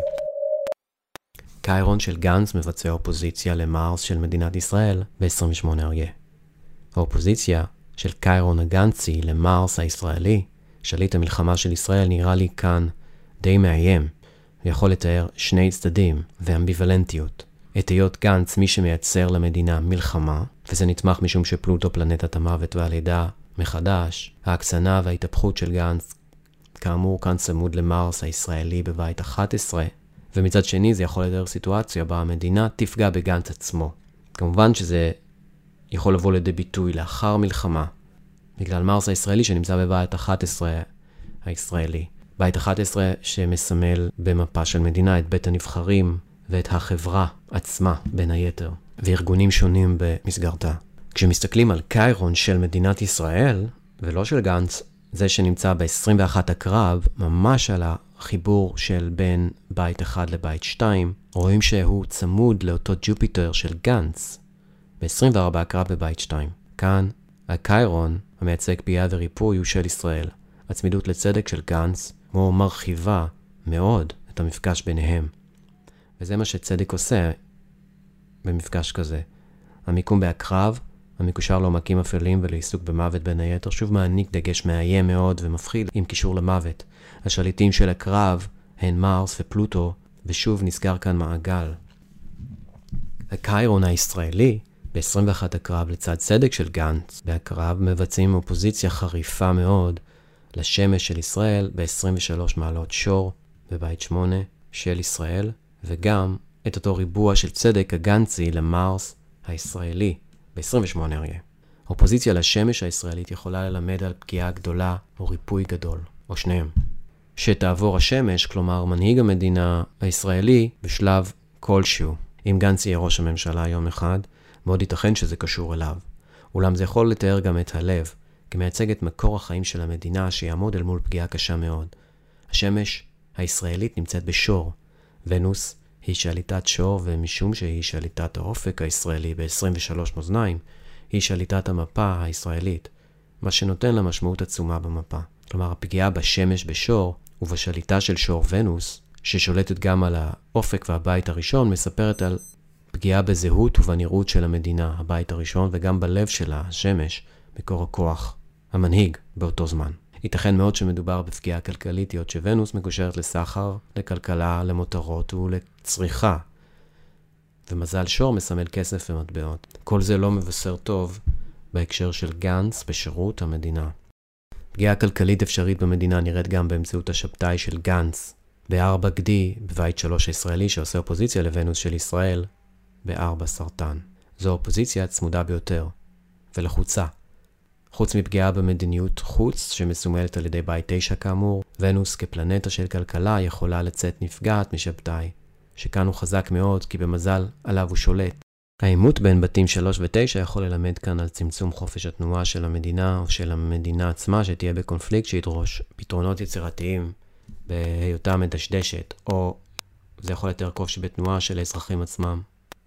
קיירון של גנץ מבצע אופוזיציה למרס של מדינת ישראל ב-עשרים ושמונה אריה. האופוזיציה של קיירון הגנצי למרס הישראלי, שליט המלחמה של ישראל, נראה לי כאן די מאיים, ויכול לתאר שני צדדים ואמביוולנטיות. את היות גנץ מי שמייצר למדינה מלחמה, וזה נתמך משום שפלוטו פלנטת המוות והלידה מחדש. ההקצנה וההתהפכות של גנץ, כאמור כאן צמוד למרס הישראלי בבית אחת עשרה, ומצד שני זה יכול לתאר סיטואציה בה המדינה תפגע בגנץ עצמו. כמובן שזה יכול לבוא לידי ביטוי לאחר מלחמה, בגלל מרס הישראלי שנמצא בבית אחת עשרה הישראלי. בית אחת עשרה שמסמל במפה של מדינה את בית הנבחרים ואת החברה עצמה בין היתר, וארגונים שונים במסגרתה. כשמסתכלים על קיירון של מדינת ישראל, ולא של גנץ, זה שנמצא ב-עשרים ואחת הקרב, ממש על החיבור של בין בית אחד לבית שתיים, רואים שהוא צמוד לאותו ג'ופיטר של גנץ, ב-עשרים וארבע הקרב בבית שתיים. כאן, הקיירון, המייצג ביאה וריפוי, הוא של ישראל. הצמידות לצדק של גנץ, כמו מרחיבה מאוד את המפגש ביניהם. וזה מה שצדק עושה במפגש כזה. המיקום בהקרב, המקושר לעומקים אפלים ולעיסוק במוות בין היתר, שוב מעניק דגש מאיים מאוד ומפחיד עם קישור למוות. השליטים של הקרב הן מרס ופלוטו, ושוב נסגר כאן מעגל. הקיירון הישראלי, ב-עשרים ואחת הקרב לצד צדק של גנץ, בהקרב מבצעים אופוזיציה חריפה מאוד לשמש של ישראל ב-עשרים ושלוש מעלות שור בבית שמונה, של ישראל, וגם את אותו ריבוע של צדק הגנצי למארס הישראלי ב-עשרים ושמונה אריה. אופוזיציה לשמש הישראלית יכולה ללמד על פגיעה גדולה או ריפוי גדול, או שניהם. שתעבור השמש, כלומר מנהיג המדינה הישראלי, בשלב כלשהו. אם גנץ יהיה ראש הממשלה יום אחד, מאוד ייתכן שזה קשור אליו. אולם זה יכול לתאר גם את הלב, כמייצג את מקור החיים של המדינה שיעמוד אל מול פגיעה קשה מאוד. השמש הישראלית נמצאת בשור. ונוס היא שליטת שור, ומשום שהיא שליטת האופק הישראלי ב-עשרים ושלוש מאזניים, היא שליטת המפה הישראלית, מה שנותן לה משמעות עצומה במפה. כלומר, הפגיעה בשמש בשור ובשליטה של שור ונוס, ששולטת גם על האופק והבית הראשון, מספרת על פגיעה בזהות ובנראות של המדינה, הבית הראשון, וגם בלב שלה, השמש, מקור הכוח, המנהיג באותו זמן. ייתכן מאוד שמדובר בפגיעה כלכלית, היות שוונוס מקושרת לסחר, לכלכלה, למותרות ולצריכה. ומזל שור מסמל כסף ומטבעות. כל זה לא מבשר טוב בהקשר של גנץ בשירות המדינה. פגיעה כלכלית אפשרית במדינה נראית גם באמצעות השבתאי של גנץ, בארבע גדי, בבית שלוש הישראלי שעושה אופוזיציה לוונוס של ישראל, בארבע סרטן. זו אופוזיציה צמודה ביותר, ולחוצה. חוץ מפגיעה במדיניות חוץ, שמסומלת על ידי בית תשע כאמור, ונוס כפלנטה של כלכלה יכולה לצאת נפגעת משבתאי, שכאן הוא חזק מאוד כי במזל עליו הוא שולט. העימות בין בתים שלוש ותשע יכול ללמד כאן על צמצום חופש התנועה של המדינה או של המדינה עצמה שתהיה בקונפליקט שידרוש פתרונות יצירתיים בהיותה מדשדשת, או זה יכול יותר קושי בתנועה של האזרחים עצמם.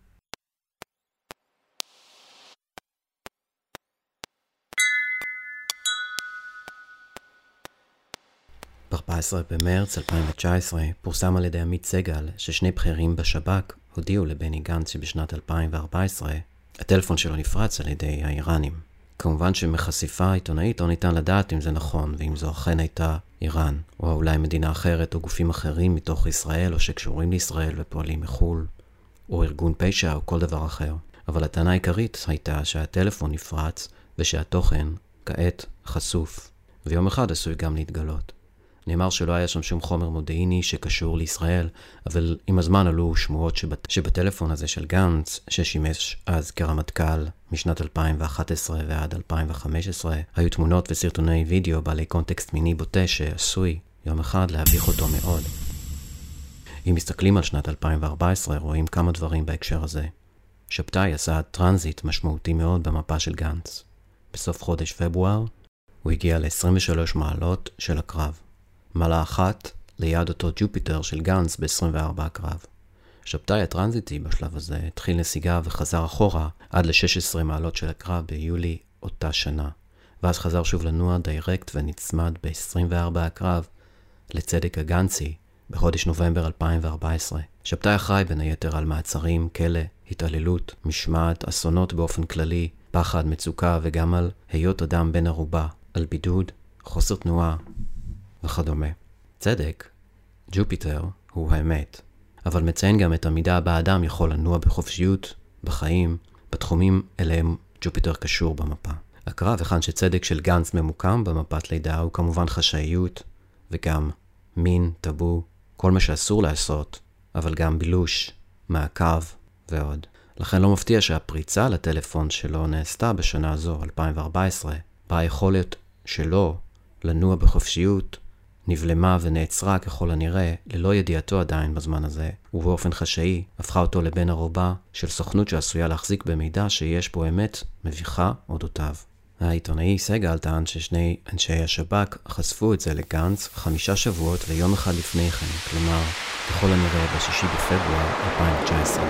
ב-ארבעה עשר במרץ אלפיים תשע עשרה פורסם על ידי עמית סגל ששני בכירים בשב"כ הודיעו לבני גנץ שבשנת אלפיים וארבע עשרה הטלפון שלו נפרץ על ידי האיראנים. כמובן שמחשיפה עיתונאית לא ניתן לדעת אם זה נכון, ואם זו אכן הייתה איראן, או אולי מדינה אחרת או גופים אחרים מתוך ישראל או שקשורים לישראל ופועלים מחול, או ארגון פשע או כל דבר אחר. אבל הטענה העיקרית הייתה שהטלפון נפרץ ושהתוכן כעת חשוף, ויום אחד עשוי גם להתגלות. נאמר שלא היה שם שום חומר מודיעיני שקשור לישראל, אבל עם הזמן עלו שמועות שבת... שבטלפון הזה של גנץ, ששימש אז כרמטכ"ל משנת אלפיים ואחת עשרה ועד אלפיים וחמש עשרה, היו תמונות וסרטוני וידאו בעלי קונטקסט מיני בוטה שעשוי יום אחד להביך אותו מאוד. אם מסתכלים על שנת אלפיים וארבע עשרה, רואים כמה דברים בהקשר הזה. שבתאי עשה טרנזיט משמעותי מאוד במפה של גנץ. בסוף חודש פברואר הוא הגיע ל-עשרים ושלוש מעלות של הקרב. מעלה אחת ליד אותו ג'ופיטר של גנץ ב-עשרים וארבע הקרב. שבתאי הטרנזיטי בשלב הזה התחיל נסיגה וחזר אחורה עד ל-שש עשרה מעלות של הקרב ביולי אותה שנה. ואז חזר שוב לנוע דיירקט ונצמד ב-עשרים וארבע הקרב לצדק הגנצי בחודש נובמבר אלפיים וארבע עשרה. שבתאי אחראי בין היתר על מעצרים, כלא, התעללות, משמעת, אסונות באופן כללי, פחד, מצוקה וגם על היות אדם בן ערובה, על בידוד, חוסר תנועה וכדומה. צדק, ג'ופיטר, הוא האמת, אבל מציין גם את המידה בה אדם יכול לנוע בחופשיות, בחיים, בתחומים אליהם ג'ופיטר קשור במפה. הקרב היכן שצדק של גנץ ממוקם במפת לידה הוא כמובן חשאיות וגם מין, טאבו, כל מה שאסור לעשות, אבל גם בילוש, מעקב ועוד. לכן לא מפתיע שהפריצה לטלפון שלו נעשתה בשנה הזו, אלפיים וארבע עשרה, בה היכולת שלו לנוע בחופשיות נבלמה ונעצרה ככל הנראה ללא ידיעתו עדיין בזמן הזה, ובאופן חשאי הפכה אותו לבן ערובה של סוכנות שעשויה להחזיק במידע שיש בו אמת מביכה אודותיו. העיתונאי סגל טען ששני אנשי השב"כ חשפו את זה לגנץ חמישה שבועות ויום אחד לפני כן, כלומר ככל הנראה בשישי בפברואר אלפיים תשע עשרה.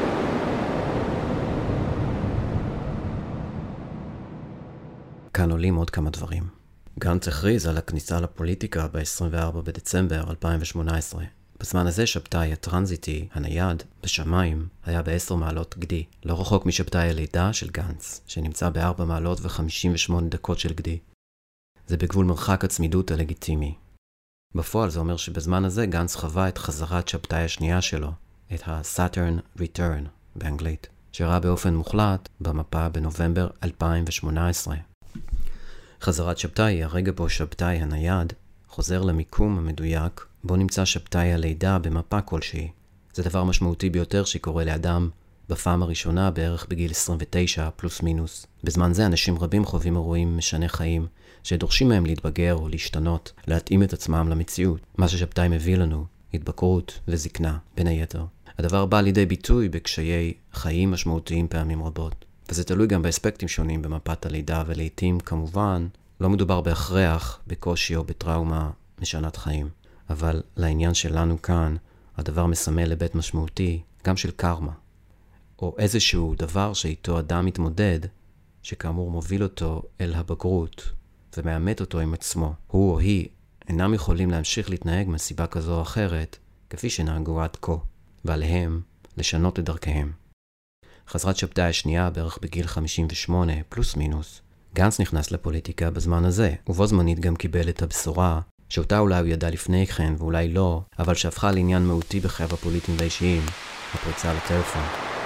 כאן עולים עוד כמה דברים. גנץ הכריז על הכניסה לפוליטיקה ב-עשרים וארבעה בדצמבר אלפיים ושמונה עשרה. בזמן הזה שבתאי הטרנזיטי, הנייד, בשמיים, היה ב-עשר מעלות גדי, לא רחוק משבתאי הלידה של גנץ, שנמצא ב-ארבע מעלות ו-חמישים ושמונה דקות של גדי. זה בגבול מרחק הצמידות הלגיטימי. בפועל זה אומר שבזמן הזה גנץ חווה את חזרת שבתאי השנייה שלו, את ה-Saturn Return באנגלית, שראה באופן מוחלט במפה בנובמבר אלפיים ושמונה עשרה. חזרת שבתאי היא הרגע בו שבתאי הנייד חוזר למיקום המדויק בו נמצא שבתאי הלידה במפה כלשהי. זה דבר משמעותי ביותר שקורה לאדם בפעם הראשונה בערך בגיל עשרים ותשע פלוס מינוס. בזמן זה אנשים רבים חווים אירועים משני חיים שדורשים מהם להתבגר או להשתנות, להתאים את עצמם למציאות. מה ששבתאי מביא לנו, התבגרות וזקנה, בין היתר. הדבר בא לידי ביטוי בקשיי חיים משמעותיים פעמים רבות. וזה תלוי גם באספקטים שונים במפת הלידה, ולעיתים כמובן לא מדובר בהכרח בקושי או בטראומה משנת חיים. אבל לעניין שלנו כאן, הדבר מסמל לבית משמעותי גם של קרמה, או איזשהו דבר שאיתו אדם מתמודד, שכאמור מוביל אותו אל הבגרות ומאמת אותו עם עצמו. הוא או היא אינם יכולים להמשיך להתנהג מסיבה כזו או אחרת, כפי שנהגו עד כה, ועליהם לשנות את דרכיהם. חזרת שבתאי השנייה בערך בגיל חמישים ושמונה פלוס מינוס. גנץ נכנס לפוליטיקה בזמן הזה, ובו זמנית גם קיבל את הבשורה, שאותה אולי הוא ידע לפני כן ואולי לא, אבל שהפכה לעניין מהותי בחייו הפוליטיים והאישיים, הפריצה לטלפון.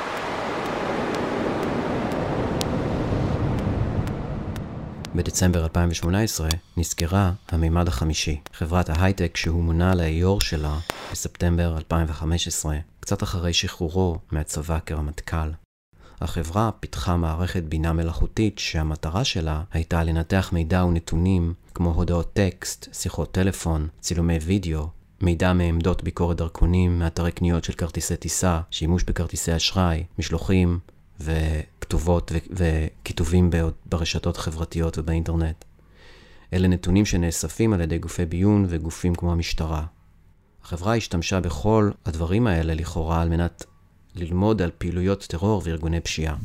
בדצמבר אלפיים ושמונה עשרה נסגרה המימד החמישי, חברת ההייטק שהוא מונה ליו"ר שלה בספטמבר אלפיים וחמש עשרה, קצת אחרי שחרורו מהצבא כרמטכ"ל. החברה פיתחה מערכת בינה מלאכותית שהמטרה שלה הייתה לנתח מידע ונתונים כמו הודעות טקסט, שיחות טלפון, צילומי וידאו, מידע מעמדות ביקורת דרכונים, מאתרי קניות של כרטיסי טיסה, שימוש בכרטיסי אשראי, משלוחים וכתובות ו- וכיתובים ברשתות חברתיות ובאינטרנט. אלה נתונים שנאספים על ידי גופי ביון וגופים כמו המשטרה. החברה השתמשה בכל הדברים האלה לכאורה על מנת ללמוד על פעילויות טרור וארגוני פשיעה.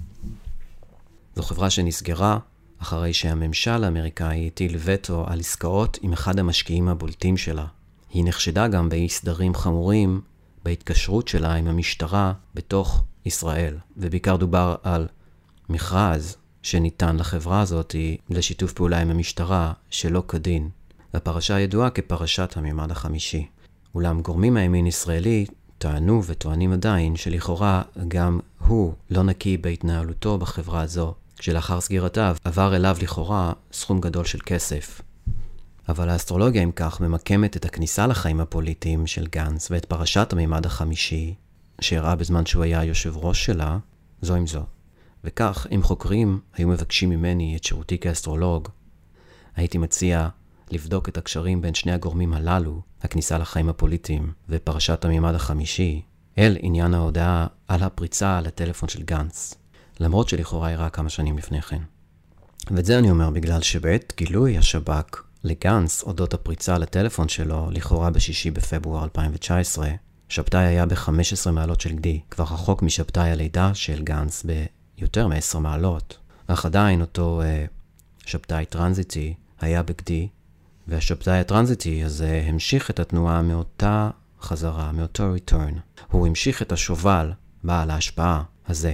זו חברה שנסגרה אחרי שהממשל האמריקאי הטיל וטו על עסקאות עם אחד המשקיעים הבולטים שלה. היא נחשדה גם באי סדרים חמורים בהתקשרות שלה עם המשטרה בתוך ישראל, ובעיקר דובר על מכרז שניתן לחברה הזאת לשיתוף פעולה עם המשטרה שלא כדין. הפרשה ידועה כפרשת המימד החמישי. אולם גורמים מהימין ישראלי טענו וטוענים עדיין שלכאורה גם הוא לא נקי בהתנהלותו בחברה הזו, כשלאחר סגירתה עבר אליו לכאורה סכום גדול של כסף. אבל האסטרולוגיה אם כך ממקמת את הכניסה לחיים הפוליטיים של גנץ ואת פרשת המימד החמישי, שהראה בזמן שהוא היה יושב ראש שלה, זו עם זו. וכך, אם חוקרים היו מבקשים ממני את שירותי כאסטרולוג, הייתי מציע לבדוק את הקשרים בין שני הגורמים הללו, הכניסה לחיים הפוליטיים ופרשת המימד החמישי, אל עניין ההודעה על הפריצה לטלפון של גנץ, למרות שלכאורה אירע כמה שנים לפני כן. ואת זה אני אומר בגלל שבעת גילוי השב"כ לגנץ אודות הפריצה לטלפון שלו, לכאורה בשישי בפברואר אלפיים תשע עשרה, שבתאי היה ב-חמש עשרה מעלות של גדי, כבר רחוק משבתאי הלידה של גנץ ביותר מ-עשר מעלות. אך עדיין אותו uh, שבתאי טרנזיטי היה בגדי, והשבתאי הטרנזיטי הזה המשיך את התנועה מאותה חזרה, מאותו return. הוא המשיך את השובל בעל ההשפעה הזה.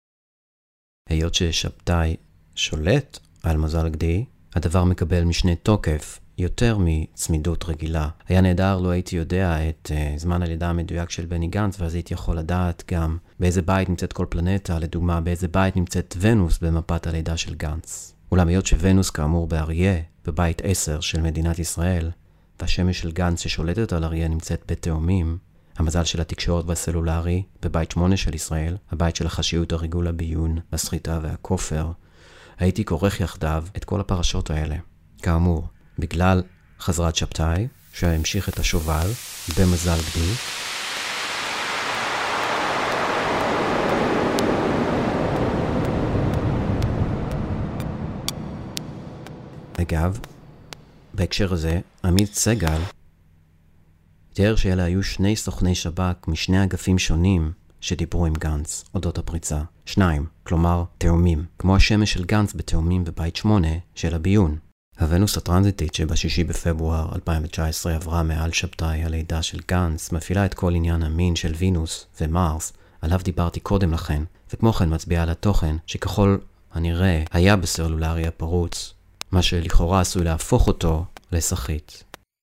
היות ששבתאי שולט על מזל גדי, הדבר מקבל משנה תוקף יותר מצמידות רגילה. היה נהדר לו הייתי יודע את uh, זמן הלידה המדויק של בני גנץ, ואז הייתי יכול לדעת גם באיזה בית נמצאת כל פלנטה, לדוגמה באיזה בית נמצאת ונוס במפת הלידה של גנץ. אולם היות שוונוס כאמור באריה, בבית עשר של מדינת ישראל, והשמש של גנץ ששולטת על אריה נמצאת בתאומים, המזל של התקשורת והסלולרי בבית שמונה של ישראל, הבית של החשיות, הריגול, הביון, הסחיטה והכופר, הייתי כורך יחדיו את כל הפרשות האלה. כאמור, בגלל חזרת שבתאי, שהמשיך את השובל במזל גדי, אגב, בהקשר הזה, עמית סגל תיאר שאלה היו שני סוכני שב"כ משני אגפים שונים שדיברו עם גנץ אודות הפריצה. שניים, כלומר תאומים, כמו השמש של גנץ בתאומים בבית שמונה של הביון. הוונוס הטרנזיטית שבשישי בפברואר אלפיים תשע עשרה עברה מעל שבתאי הלידה של גנץ, מפעילה את כל עניין המין של וינוס ומרס, עליו דיברתי קודם לכן, וכמו כן מצביעה על התוכן שככל הנראה היה בסלולרי הפרוץ, מה שלכאורה עשוי להפוך אותו לשחית.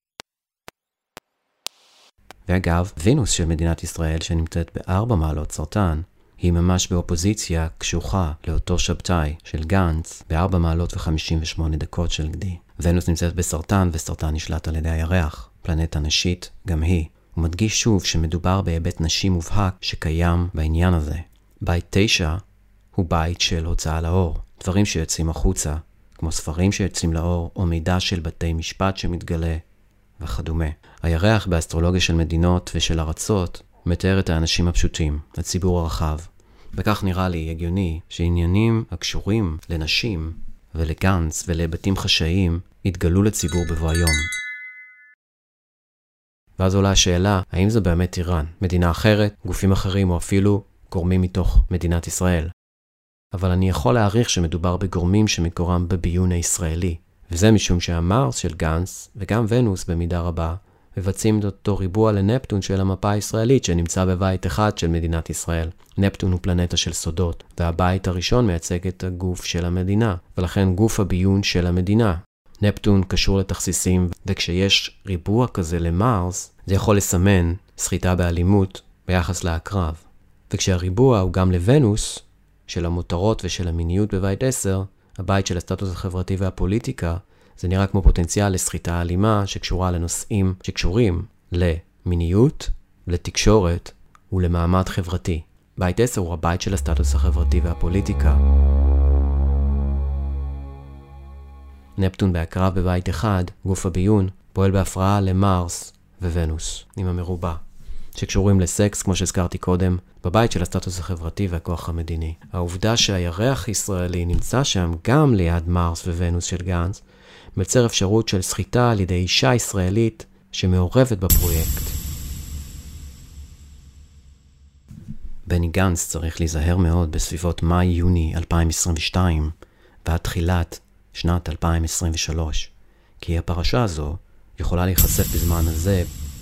ואגב, וינוס של מדינת ישראל שנמצאת בארבע מעלות סרטן, היא ממש באופוזיציה קשוחה לאותו שבתאי של גנץ בארבע מעלות וחמישים ושמונה דקות של גדי. ונוס נמצאת בסרטן וסרטן נשלט על ידי הירח. פלנטה נשית גם היא. הוא מדגיש שוב שמדובר בהיבט נשי מובהק שקיים בעניין הזה. בית תשע הוא בית של הוצאה לאור. דברים שיוצאים החוצה, כמו ספרים שיוצאים לאור, או מידע של בתי משפט שמתגלה, וכדומה. הירח באסטרולוגיה של מדינות ושל ארצות מתאר את האנשים הפשוטים, הציבור הרחב. וכך נראה לי הגיוני שעניינים הקשורים לנשים ולגנץ ולהיבטים חשאיים יתגלו לציבור בבוא היום. ואז עולה השאלה, האם זו באמת איראן? מדינה אחרת, גופים אחרים או אפילו גורמים מתוך מדינת ישראל. אבל אני יכול להעריך שמדובר בגורמים שמקורם בביון הישראלי. וזה משום שהמרס של גנץ וגם ונוס במידה רבה מבצעים את אותו ריבוע לנפטון של המפה הישראלית שנמצא בבית אחד של מדינת ישראל. נפטון הוא פלנטה של סודות, והבית הראשון מייצג את הגוף של המדינה, ולכן גוף הביון של המדינה. נפטון קשור לתכסיסים, וכשיש ריבוע כזה למרס, זה יכול לסמן סחיטה באלימות ביחס לעקרב. וכשהריבוע הוא גם לוונוס, של המותרות ושל המיניות בבית עשר, הבית של הסטטוס החברתי והפוליטיקה, זה נראה כמו פוטנציאל לסחיטה אלימה שקשורה לנושאים שקשורים למיניות, לתקשורת ולמעמד חברתי. בית עשר הוא הבית של הסטטוס החברתי והפוליטיקה. נפטון בהקרב בבית אחד, גוף הביון, פועל בהפרעה למרס וונוס, עם המרובע, שקשורים לסקס, כמו שהזכרתי קודם, בבית של הסטטוס החברתי והכוח המדיני. העובדה שהירח ישראלי נמצא שם גם ליד מרס וונוס של גנץ, מייצר אפשרות של סחיטה על ידי אישה ישראלית שמעורבת בפרויקט. בני גנץ צריך להיזהר מאוד בסביבות מאי-יוני אלפיים עשרים ושתיים ועד תחילת שנת אלפיים עשרים ושלוש, כי הפרשה הזו יכולה להיחשף בזמן הזה.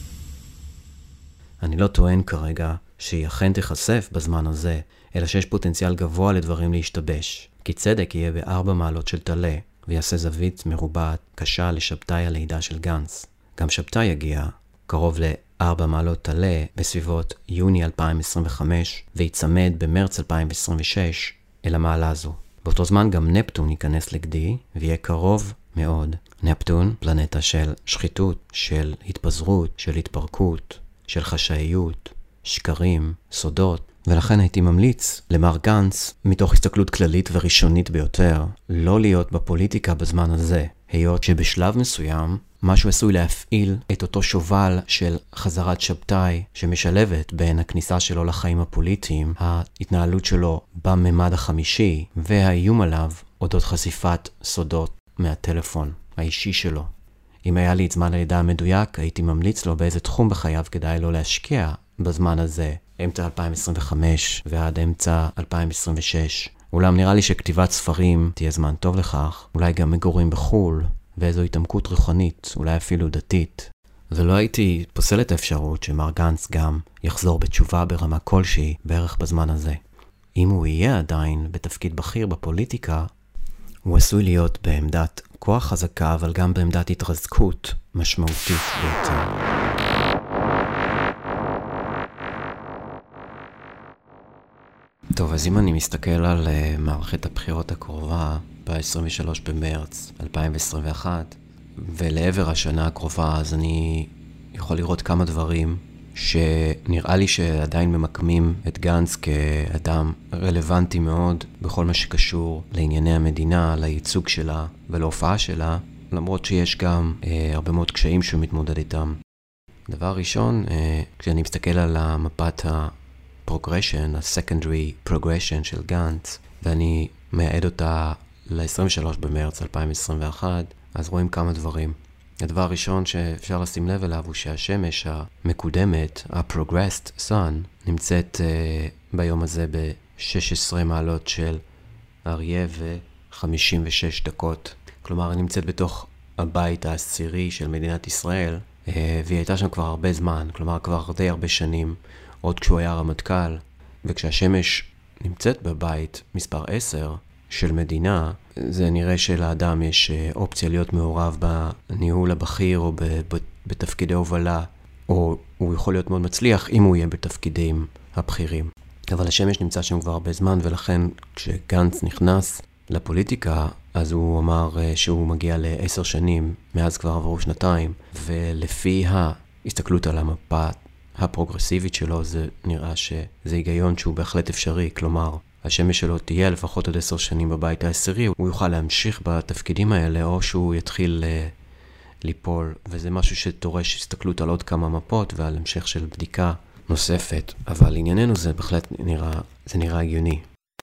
אני לא טוען כרגע שהיא אכן תיחשף בזמן הזה, אלא שיש פוטנציאל גבוה לדברים להשתבש, כי צדק יהיה בארבע מעלות של תלה, ויעשה זווית מרובעת קשה לשבתאי הלידה של גנץ. גם שבתאי יגיע קרוב לארבע מעלות תלה בסביבות יוני אלפיים עשרים וחמש, ויצמד במרץ אלפיים עשרים ושש אל המעלה הזו. באותו זמן גם נפטון ייכנס לגדי, ויהיה קרוב מאוד. נפטון, פלנטה של שחיתות, של התפזרות, של התפרקות, של חשאיות, שקרים, סודות, ולכן הייתי ממליץ למר גנץ, מתוך הסתכלות כללית וראשונית ביותר, לא להיות בפוליטיקה בזמן הזה, היות שבשלב מסוים משהו עשוי להפעיל את אותו שובל של חזרת שבתאי שמשלבת בין הכניסה שלו לחיים הפוליטיים, ההתנהלות שלו בממד החמישי, והאיום עליו אודות חשיפת סודות מהטלפון האישי שלו. אם היה לי את זמן הלידה המדויק, הייתי ממליץ לו באיזה תחום בחייו כדאי לו להשקיע בזמן הזה, אמצע אלפיים עשרים וחמש ועד אמצע אלפיים עשרים ושש. אולם נראה לי שכתיבת ספרים תהיה זמן טוב לכך, אולי גם מגורים בחול, ואיזו התעמקות רוחנית, אולי אפילו דתית. ולא הייתי פוסל את האפשרות שמר גנץ גם יחזור בתשובה ברמה כלשהי בערך בזמן הזה. אם הוא יהיה עדיין בתפקיד בכיר בפוליטיקה, הוא עשוי להיות בעמדת כוח חזקה, אבל גם בעמדת התרזקות משמעותית ביותר. טוב, אז אם אני מסתכל על uh, מערכת הבחירות הקרובה, ב-עשרים ושלושה במרץ אלפיים עשרים ואחת, ולעבר השנה הקרובה, אז אני יכול לראות כמה דברים שנראה לי שעדיין ממקמים את גנץ כאדם רלוונטי מאוד בכל מה שקשור לענייני המדינה, לייצוג שלה ולהופעה שלה, למרות שיש גם אה, הרבה מאוד קשיים שהוא מתמודד איתם. דבר ראשון, אה, כשאני מסתכל על המפת ה-progression, ה-secondary progression של גנץ, ואני מייעד אותה ל-עשרים ושלושה במרץ אלפיים עשרים ואחת, אז רואים כמה דברים. הדבר הראשון שאפשר לשים לב אליו הוא שהשמש המקודמת, ה-progressed sun, נמצאת uh, ביום הזה ב-שש עשרה מעלות של אריה ו-חמישים ושש דקות. כלומר, היא נמצאת בתוך הבית העשירי של מדינת ישראל, uh, והיא הייתה שם כבר הרבה זמן, כלומר כבר די הרבה שנים, עוד כשהוא היה רמטכ"ל, וכשהשמש נמצאת בבית מספר עשר של מדינה, זה נראה שלאדם יש אופציה להיות מעורב בניהול הבכיר או בתפקידי הובלה, או הוא יכול להיות מאוד מצליח אם הוא יהיה בתפקידים הבכירים. אבל השמש נמצא שם כבר הרבה זמן, ולכן כשגנץ נכנס לפוליטיקה, אז הוא אמר שהוא מגיע לעשר שנים, מאז כבר עברו שנתיים, ולפי ההסתכלות על המפה הפרוגרסיבית שלו, זה נראה שזה היגיון שהוא בהחלט אפשרי, כלומר, השמש שלו תהיה לפחות עוד עשר שנים בבית העשירי, הוא יוכל להמשיך בתפקידים האלה, או שהוא יתחיל ליפול, וזה משהו שדורש הסתכלות על עוד כמה מפות, ועל המשך של בדיקה נוספת, אבל ענייננו זה בהחלט נראה, זה נראה הגיוני.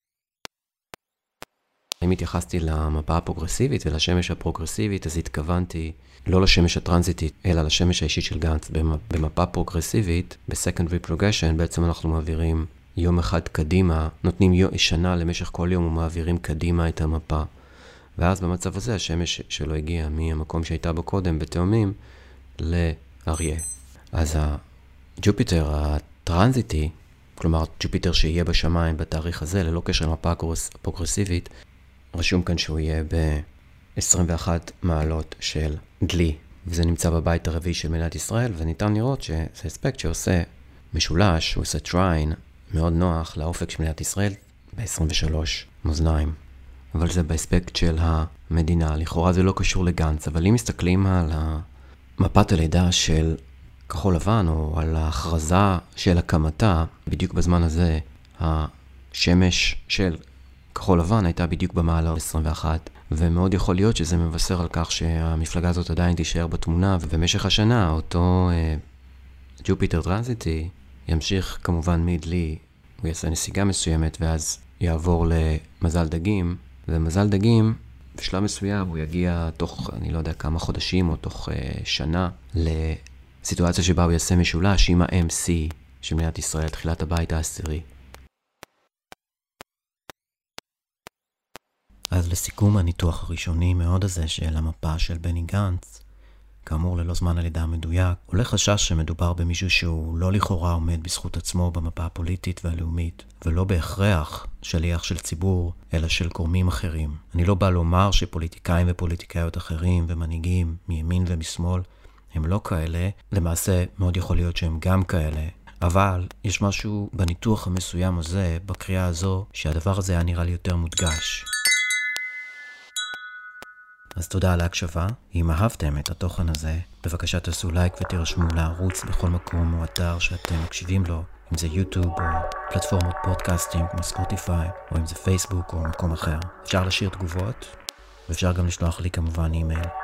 אם התייחסתי למפה הפרוגרסיבית ולשמש הפרוגרסיבית, אז התכוונתי לא לשמש הטרנזיטית, אלא לשמש האישית של גנץ. במפה פרוגרסיבית, ב-secondary progression, בעצם אנחנו מעבירים יום אחד קדימה, נותנים שנה למשך כל יום ומעבירים קדימה את המפה. ואז במצב הזה, השמש שלו הגיע מהמקום שהייתה בו קודם, בתאומים, לאריה. אז הג'ופיטר הטרנזיטי, כלומר ג'ופיטר שיהיה בשמיים בתאריך הזה, ללא קשר למפה הפרוגרסיבית, רשום כאן שהוא יהיה ב-עשרים ואחת מעלות של דלי, וזה נמצא בבית הרביעי של מדינת ישראל, וניתן לראות שזה אספקט שעושה משולש, הוא עושה טריין, מאוד נוח לאופק של מדינת ישראל, ב-עשרים ושלוש מאזניים. אבל זה באספקט של המדינה, לכאורה זה לא קשור לגנץ, אבל אם מסתכלים על מפת הלידה של כחול לבן, או על ההכרזה של הקמתה, בדיוק בזמן הזה, השמש של כחול לבן הייתה בדיוק במעלה עשרים ואחת, ומאוד יכול להיות שזה מבשר על כך שהמפלגה הזאת עדיין תישאר בתמונה, ובמשך השנה אותו אה, ג'ופיטר טרנזיטי ימשיך כמובן מדלי, הוא יעשה נסיגה מסוימת, ואז יעבור למזל דגים, ומזל דגים בשלב מסוים הוא יגיע תוך, אני לא יודע כמה חודשים, או תוך אה, שנה, לסיטואציה שבה הוא יעשה משולש עם ה-אם סי של מדינת ישראל, תחילת הבית העשירי. אז לסיכום הניתוח הראשוני מאוד הזה של המפה של בני גנץ, כאמור ללא זמן הלידה המדויק, עולה חשש שמדובר במישהו שהוא לא לכאורה עומד בזכות עצמו במפה הפוליטית והלאומית, ולא בהכרח שליח של ציבור, אלא של גורמים אחרים. אני לא בא לומר שפוליטיקאים ופוליטיקאיות אחרים ומנהיגים מימין ומשמאל הם לא כאלה, למעשה מאוד יכול להיות שהם גם כאלה, אבל יש משהו בניתוח המסוים הזה, בקריאה הזו, שהדבר הזה היה נראה לי יותר מודגש. אז תודה על ההקשבה. אם אהבתם את התוכן הזה, בבקשה תעשו לייק ותירשמו לערוץ בכל מקום או אתר שאתם מקשיבים לו, אם זה יוטיוב או פלטפורמות פודקאסטים כמו ספוטיפיי, או אם זה פייסבוק או מקום אחר. אפשר לשאיר תגובות, ואפשר גם לשלוח לי כמובן אימייל.